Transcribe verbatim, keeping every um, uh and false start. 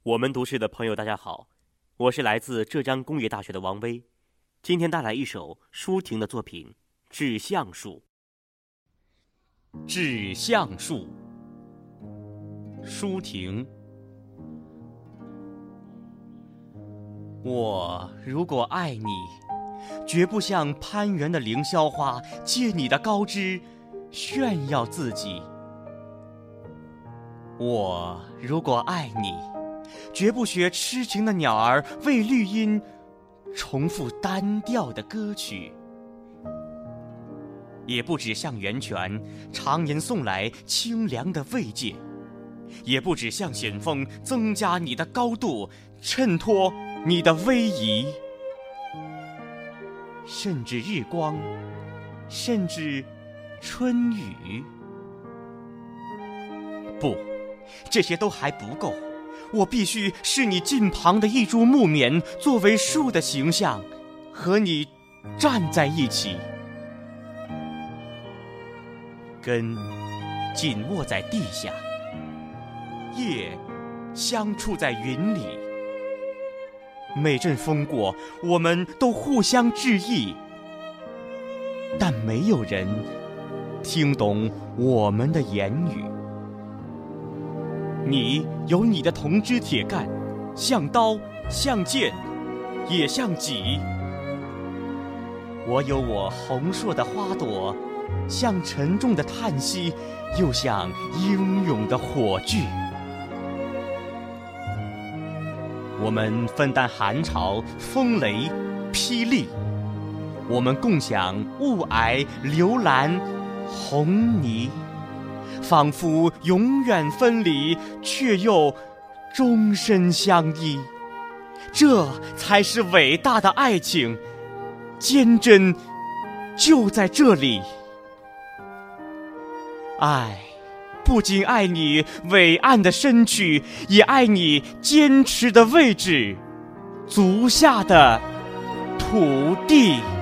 我们读诗的朋友大家好，我是来自浙江工业大学的王威，今天带来一首舒婷的作品《致橡树》。致橡树，舒婷。我如果爱你，绝不像攀援的凌霄花，借你的高枝炫耀自己。我如果爱你，绝不学痴情的鸟儿为绿荫重复单调的歌曲，也不只向源泉常年送来清凉的慰藉，也不只向险峰增加你的高度，衬托你的威仪，甚至日光，甚至春雨。不，这些都还不够，我必须是你近旁的一株木棉，作为树的形象，和你站在一起，根紧握在地下，叶相触在云里。每阵风过，我们都互相致意，但没有人听懂我们的言语。你有你的铜枝铁干，像刀，像剑，也像戟；我有我红硕的花朵，像沉重的叹息，又像英勇的火炬。我们分担寒潮、风雷、霹雳，我们共享雾霭、流岚、红泥，仿佛永远分离，却又终身相依。这才是伟大的爱情，坚贞就在这里。爱不仅爱你伟岸的身躯，也爱你坚持的位置，足下的土地。